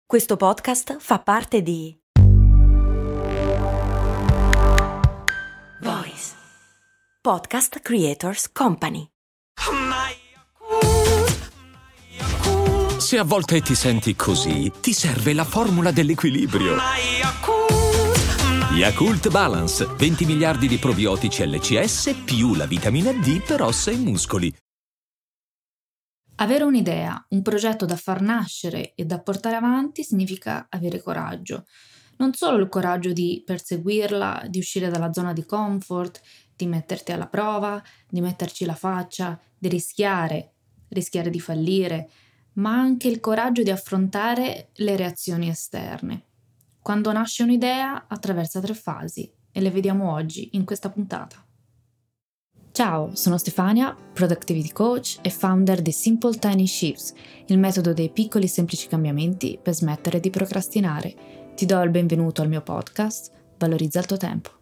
Questo podcast fa parte di Voice Podcast Creators Company. Se a volte ti senti così, ti serve la formula dell'equilibrio. Yakult Balance, 20 miliardi di probiotici LCS più la vitamina D per ossa e muscoli. Avere un'idea, un progetto da far nascere e da portare avanti significa avere coraggio. Non solo il coraggio di perseguirla, di uscire dalla zona di comfort, di metterti alla prova, di metterci la faccia, di rischiare di fallire, ma anche il coraggio di affrontare le reazioni esterne. Quando nasce un'idea attraversa 3 fasi e le vediamo oggi in questa puntata. Ciao, sono Stefania, Productivity Coach e founder di Simple Tiny Shifts, il metodo dei piccoli e semplici cambiamenti per smettere di procrastinare. Ti do il benvenuto al mio podcast, Valorizza il tuo tempo.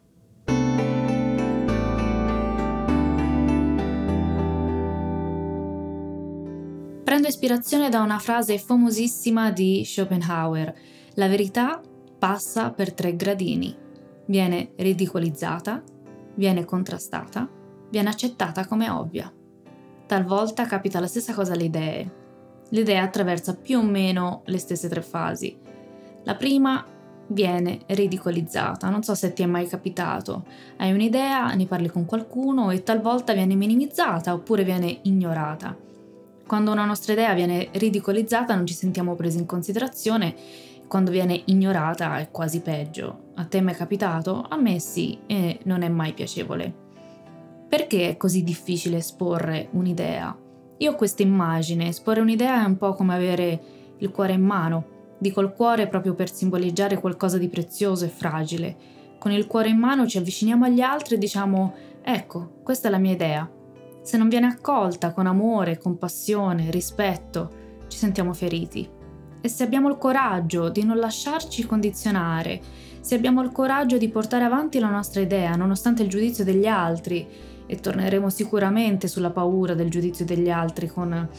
Prendo ispirazione da una frase famosissima di Schopenhauer: la verità passa per 3 gradini. Viene ridicolizzata, viene contrastata, viene accettata come ovvia. Talvolta capita la stessa cosa alle idee. L'idea attraversa più o meno le stesse 3 fasi. La prima viene ridicolizzata, non so se ti è mai capitato. Hai un'idea, ne parli con qualcuno e talvolta viene minimizzata oppure viene ignorata. Quando una nostra idea viene ridicolizzata non ci sentiamo presi in considerazione, quando viene ignorata è quasi peggio. A te mi è capitato? A me sì, e non è mai piacevole. Perché è così difficile esporre un'idea? Io ho questa immagine: esporre un'idea è un po' come avere il cuore in mano. Dico il cuore proprio per simboleggiare qualcosa di prezioso e fragile. Con il cuore in mano ci avviciniamo agli altri e diciamo: ecco, questa è la mia idea. Se non viene accolta con amore, compassione, rispetto, ci sentiamo feriti. E se abbiamo il coraggio di non lasciarci condizionare, se abbiamo il coraggio di portare avanti la nostra idea nonostante il giudizio degli altri, e torneremo sicuramente sulla paura del giudizio degli altri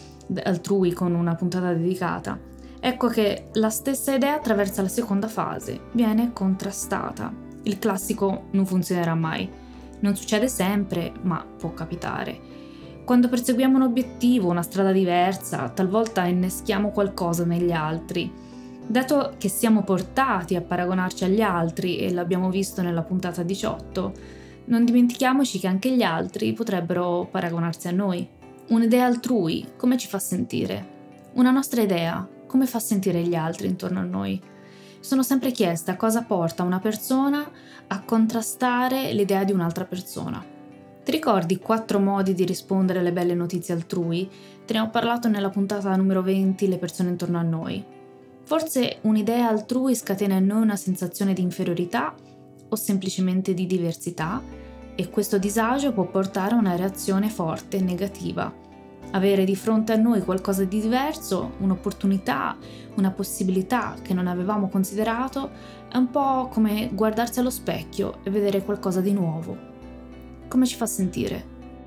altrui con una puntata dedicata, ecco che la stessa idea attraversa la seconda fase, viene contrastata. Il classico non funzionerà mai. Non succede sempre, ma può capitare. Quando perseguiamo un obiettivo, una strada diversa, talvolta inneschiamo qualcosa negli altri. Dato che siamo portati a paragonarci agli altri, e l'abbiamo visto nella puntata 18, non dimentichiamoci che anche gli altri potrebbero paragonarsi a noi. Un'idea altrui, come ci fa sentire? Una nostra idea, come fa sentire gli altri intorno a noi? Sono sempre chiesta cosa porta una persona a contrastare l'idea di un'altra persona. Ti ricordi 4 modi di rispondere alle belle notizie altrui? Te ne ho parlato nella puntata numero 20, le persone intorno a noi. Forse un'idea altrui scatena in noi una sensazione di inferiorità o semplicemente di diversità, e questo disagio può portare a una reazione forte e negativa. Avere di fronte a noi qualcosa di diverso, un'opportunità, una possibilità che non avevamo considerato, è un po' come guardarsi allo specchio e vedere qualcosa di nuovo. Come ci fa sentire?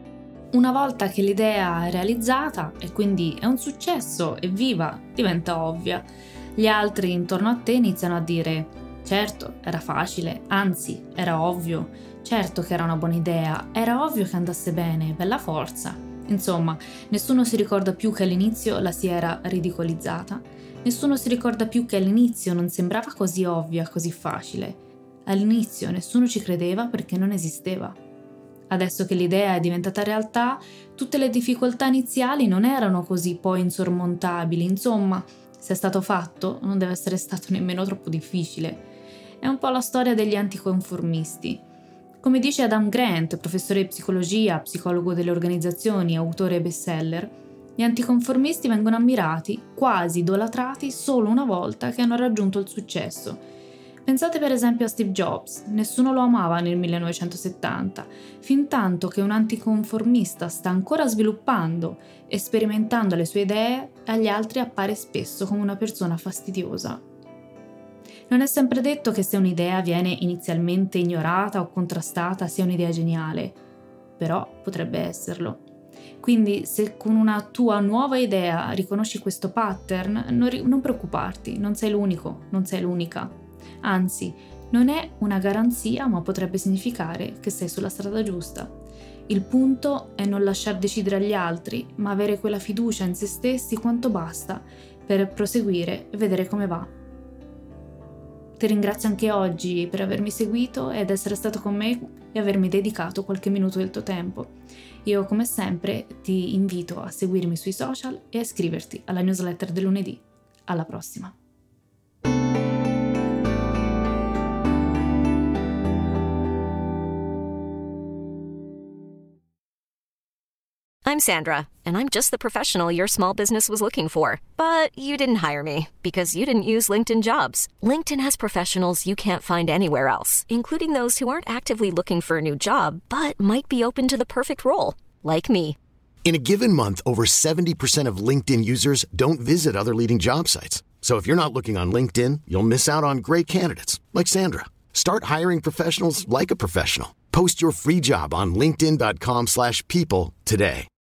Una volta che l'idea è realizzata e quindi è un successo, evviva, diventa ovvia. Gli altri intorno a te iniziano a dire: certo, era facile, anzi, era ovvio. Certo che era una buona idea, era ovvio che andasse bene, bella forza. Insomma, nessuno si ricorda più che all'inizio la si era ridicolizzata. Nessuno si ricorda più che all'inizio non sembrava così ovvia, così facile. All'inizio nessuno ci credeva perché non esisteva. Adesso che l'idea è diventata realtà, tutte le difficoltà iniziali non erano così poi insormontabili. Insomma, se è stato fatto, non deve essere stato nemmeno troppo difficile. È un po' la storia degli anticonformisti. Come dice Adam Grant, professore di psicologia, psicologo delle organizzazioni, autore bestseller, gli anticonformisti vengono ammirati, quasi idolatrati, solo una volta che hanno raggiunto il successo. Pensate per esempio a Steve Jobs, nessuno lo amava nel 1970, fintanto che un anticonformista sta ancora sviluppando e sperimentando le sue idee, agli altri appare spesso come una persona fastidiosa. Non è sempre detto che se un'idea viene inizialmente ignorata o contrastata sia un'idea geniale, però potrebbe esserlo. Quindi se con una tua nuova idea riconosci questo pattern, non preoccuparti, non sei l'unico, non sei l'unica. Anzi, non è una garanzia, ma potrebbe significare che sei sulla strada giusta. Il punto è non lasciar decidere agli altri, ma avere quella fiducia in se stessi quanto basta per proseguire e vedere come va. Ti ringrazio anche oggi per avermi seguito ed essere stato con me e avermi dedicato qualche minuto del tuo tempo. Io, come sempre, ti invito a seguirmi sui social e a iscriverti alla newsletter del lunedì. Alla prossima! I'm Sandra, and I'm just the professional your small business was looking for. But you didn't hire me because you didn't use LinkedIn Jobs. LinkedIn has professionals you can't find anywhere else, including those who aren't actively looking for a new job, but might be open to the perfect role, like me. In a given month, over 70% of LinkedIn users don't visit other leading job sites. So if you're not looking on LinkedIn, you'll miss out on great candidates like Sandra. Start hiring professionals like a professional. Post your free job on linkedin.com/people today.